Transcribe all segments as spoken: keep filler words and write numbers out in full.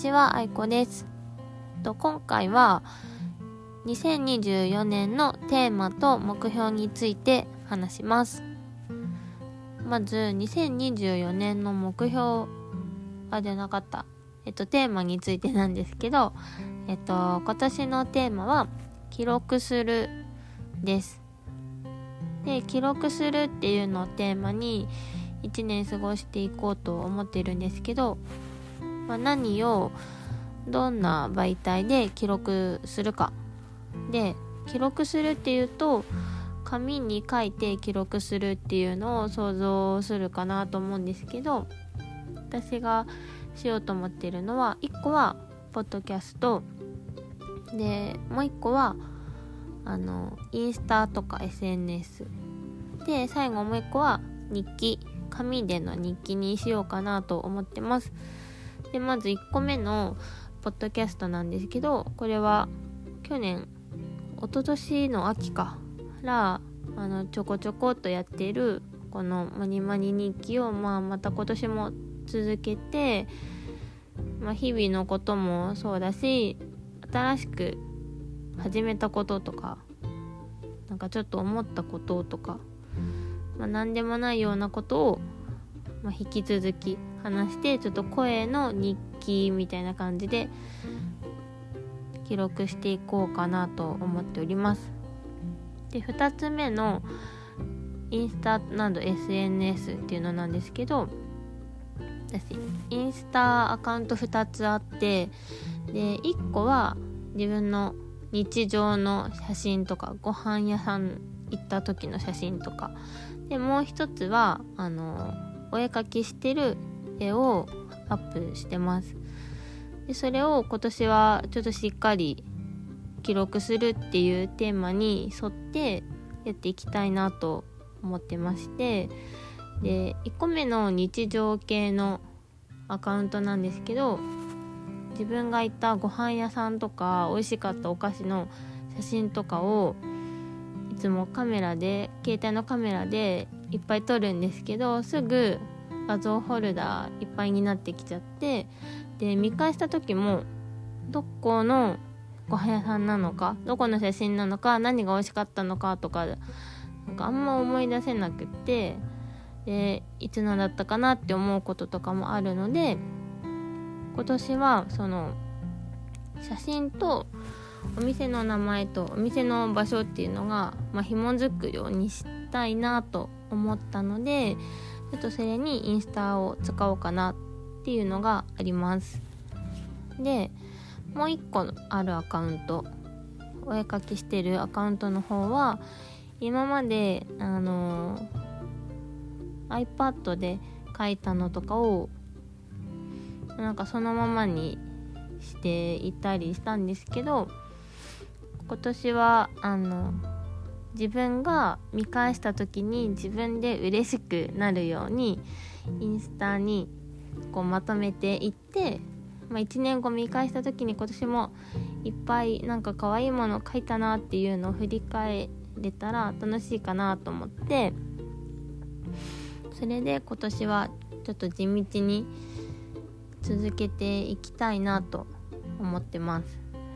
ちは、あいこです。と今回はにせんにじゅうよねんのテーマと目標について話します。まずにせんにじゅうよねんの目標あじゃなかったえっとテーマについてなんですけど、えっと今年のテーマは記録するです。で、記録するっていうのをテーマにいちねん過ごしていこうと思ってるんですけど、まあ、何をどんな媒体で記録するかで、記録するっていうと紙に書いて記録するっていうのを想像するかなと思うんですけど、私がしようと思っているのはいっこはポッドキャストで、もういっこはあのインスタとか エスエヌエス で、最後もういっこは日記、紙での日記にしようかなと思ってます。で、まずいっこめのポッドキャストなんですけど、これは去年一昨年の秋からあのちょこちょこっとやっているこのマニマニ日記を、まあ、また今年も続けて、まあ、日々のこともそうだし、新しく始めたこととか、なんかちょっと思ったこととか、まあ、何でもないようなことを、まあ、引き続き話して、ちょっと声の日記みたいな感じで記録していこうかなと思っております。で、ふたつめのインスタなど エスエヌエス っていうのなんですけど、私インスタアカウントふたつあって、でいっこは自分の日常の写真とか、ご飯屋さん行った時の写真とかで、もう一つはあのお絵描きしてる絵をアップしてます。で、それを今年はちょっとしっかり記録するっていうテーマに沿ってやっていきたいなと思ってまして、でいっこめの日常系のアカウントなんですけど、自分が行ったご飯屋さんとか美味しかったお菓子の写真とかをいつもカメラで携帯のカメラでいっぱい撮るんですけど、すぐ画像フォルダいっぱいになってきちゃって、で見返した時もどこのご飯屋さんなのか、どこの写真なのか、何が美味しかったのかとか、なんかあんま思い出せなくって、でいつのだったかなって思うこととかもあるので、今年はその写真とお店の名前とお店の場所っていうのが、まあ、紐づくようにしたいなと思ったので、ちょっとそれにインスタを使おうかなっていうのがあります。で、もう一個あるアカウント、お絵描きしてるアカウントの方は、今まであの iPad で描いたのとかをなんかそのままにしていたりしたんですけど、今年はあの自分が見返した時に自分で嬉しくなるようにインスタにこうまとめていって、まあ、いちねんご見返した時に今年もいっぱいなんか可愛いもの描いたなっていうのを振り返れたら楽しいかなと思って、それで今年はちょっと地道に続けていきたいなと思ってます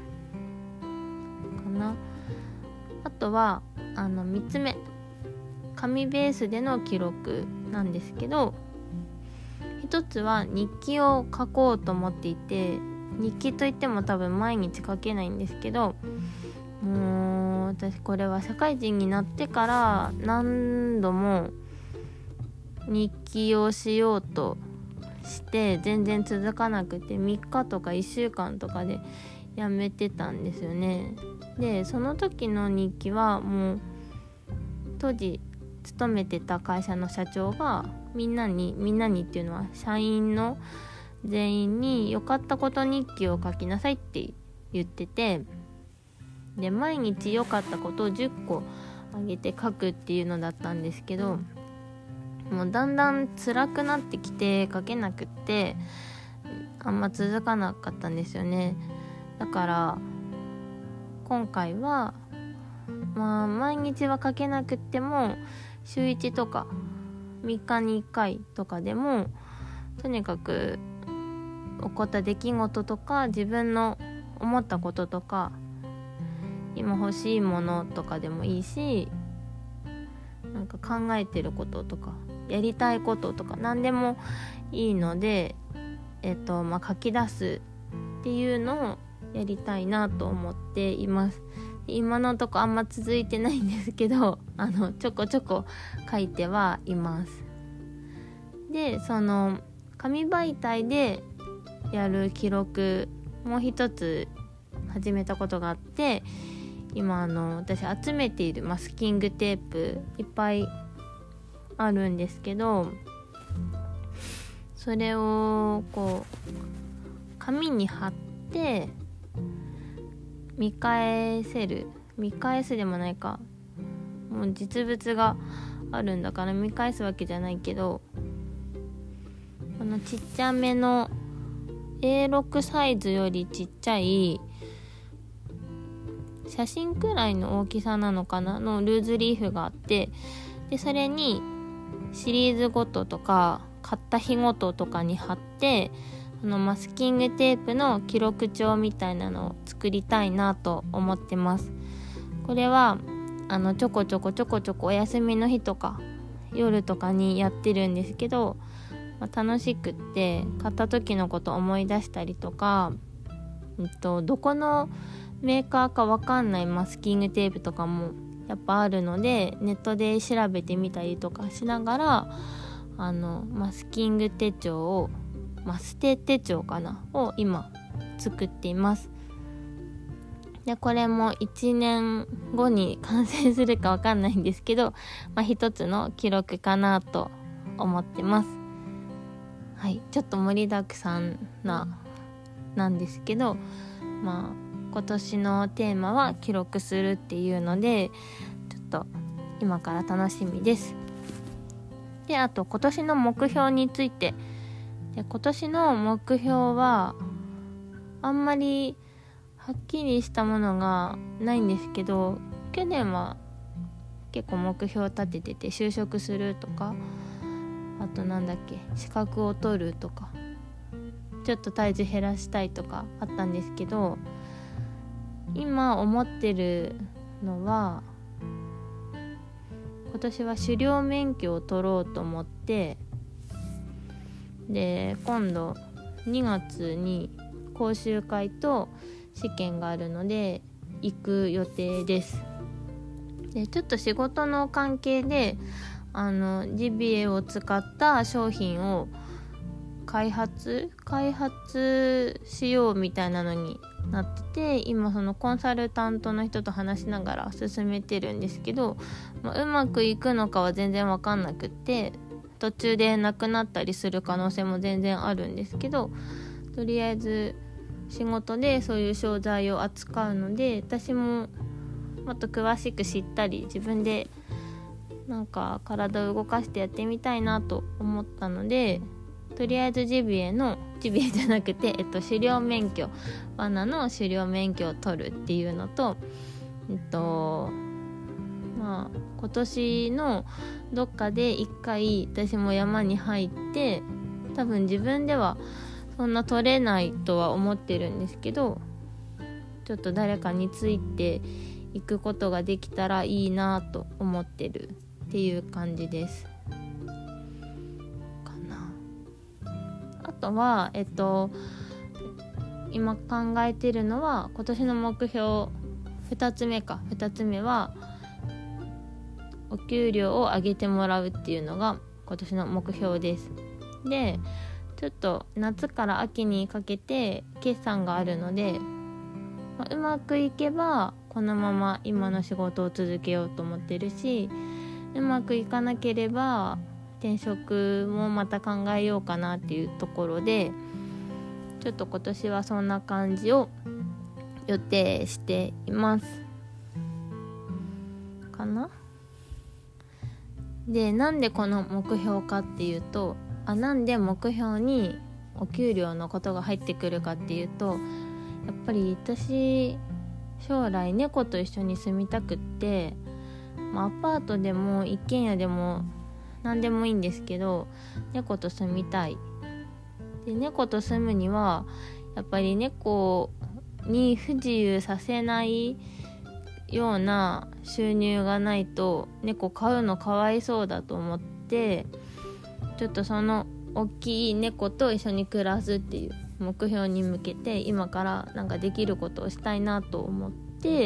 かな。あとはあのみっつめ、紙ベースでの記録なんですけど、一つは日記を書こうと思っていて、日記といっても多分毎日書けないんですけど、もう私これは社会人になってから何度も日記をしようとして全然続かなくて、みっかとかいっしゅうかんとかでやめてたんですよね。で、その時の日記はもう当時勤めてた会社の社長がみんなにみんなにっていうのは社員の全員に良かったこと日記を書きなさいって言ってて、で毎日良かったことをじゅっこあげて書くっていうのだったんですけど、もうだんだん辛くなってきて書けなくって、あんま続かなかったんですよね。だから今回はまあ毎日は書けなくっても週いちとかみっかにいっかいとかでもとにかく起こった出来事とか自分の思ったこととか今欲しいものとかでもいいし、なんか考えてることとかやりたいこととか何でもいいので、えっとまあ、書き出すっていうのをやりたいなと思っています。今のとこあんま続いてないんですけど、あのちょこちょこ書いてはいます。でその紙媒体でやる記録もう一つ始めたことがあって、今あの私集めているマスキングテープいっぱいあるんですけど、それをこう紙に貼って見返せる見返すでもないか、もう実物があるんだから見返すわけじゃないけど、このちっちゃめの エーろく サイズよりちっちゃい写真くらいの大きさなのかなのルーズリーフがあって、でそれにシリーズごととか買った日ごととかに貼って、あのマスキングテープの記録帳みたいなのを作りたいなと思ってます。これはあのちょこちょこちょこちょこお休みの日とか夜とかにやってるんですけど、まあ、楽しくって買った時のこと思い出したりとか、えっと、どこのメーカーかわかんないマスキングテープとかもやっぱあるので、ネットで調べてみたりとかしながら、あのマスキング手帳をマステ手帳かなを今作っています。でこれもいちねんごに完成するかわかんないんですけど、まあ、一つの記録かなと思ってます。はい、ちょっと盛りだくさんななんですけど、まあ今年のテーマは記録するっていうので、ちょっと今から楽しみです。であと今年の目標についてで、今年の目標はあんまりはっきりしたものがないんですけど、去年は結構目標立ててて、就職するとか、あとなんだっけ資格を取るとか、ちょっと体重減らしたいとかあったんですけど、今思ってるのは今年は狩猟免許を取ろうと思って、で今度にがつに講習会と試験があるので行く予定です。でちょっと仕事の関係であのジビエを使った商品を開発開発しようみたいなのになってて、今そのコンサルタントの人と話しながら進めてるんですけど、まあ、うまくいくのかは全然わかんなくって、途中でなくなったりする可能性も全然あるんですけど、とりあえず仕事でそういう商材を扱うので、私ももっと詳しく知ったり自分でなんか体を動かしてやってみたいなと思ったので、とりあえずジビエのジビエじゃなくて、えっと、狩猟免許バナの狩猟免許を取るっていうのと、えっとまあ今年のどっかで一回私も山に入って、多分自分ではそんな取れないとは思ってるんですけど、ちょっと誰かについていくことができたらいいなと思ってるっていう感じですかな。あとはえっと今考えてるのは、今年の目標ふたつめかふたつめはお給料を上げてもらうっていうのが今年の目標です。でちょっと夏から秋にかけて決算があるので、まあ、うまくいけばこのまま今の仕事を続けようと思ってるし、うまくいかなければ転職もまた考えようかなっていうところで、ちょっと今年はそんな感じを予定していますかな。でなんでこの目標かっていうと、あなんで目標にお給料のことが入ってくるかっていうと、やっぱり私将来猫と一緒に住みたくって、まあ、アパートでも一軒家でも何でもいいんですけど、猫と住みたいっで猫と住むにはやっぱり猫に不自由させないような収入がないと猫飼うのかわいそうだと思って、ちょっとその大きい猫と一緒に暮らすっていう目標に向けて今からなんかできることをしたいなと思って、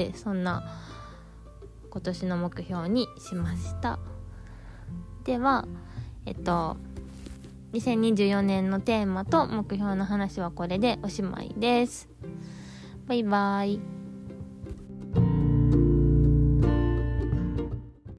そんな今年の目標にしました。ではえっとにせんにじゅうよねんのテーマと目標の話はこれでおしまいです。バイバイ。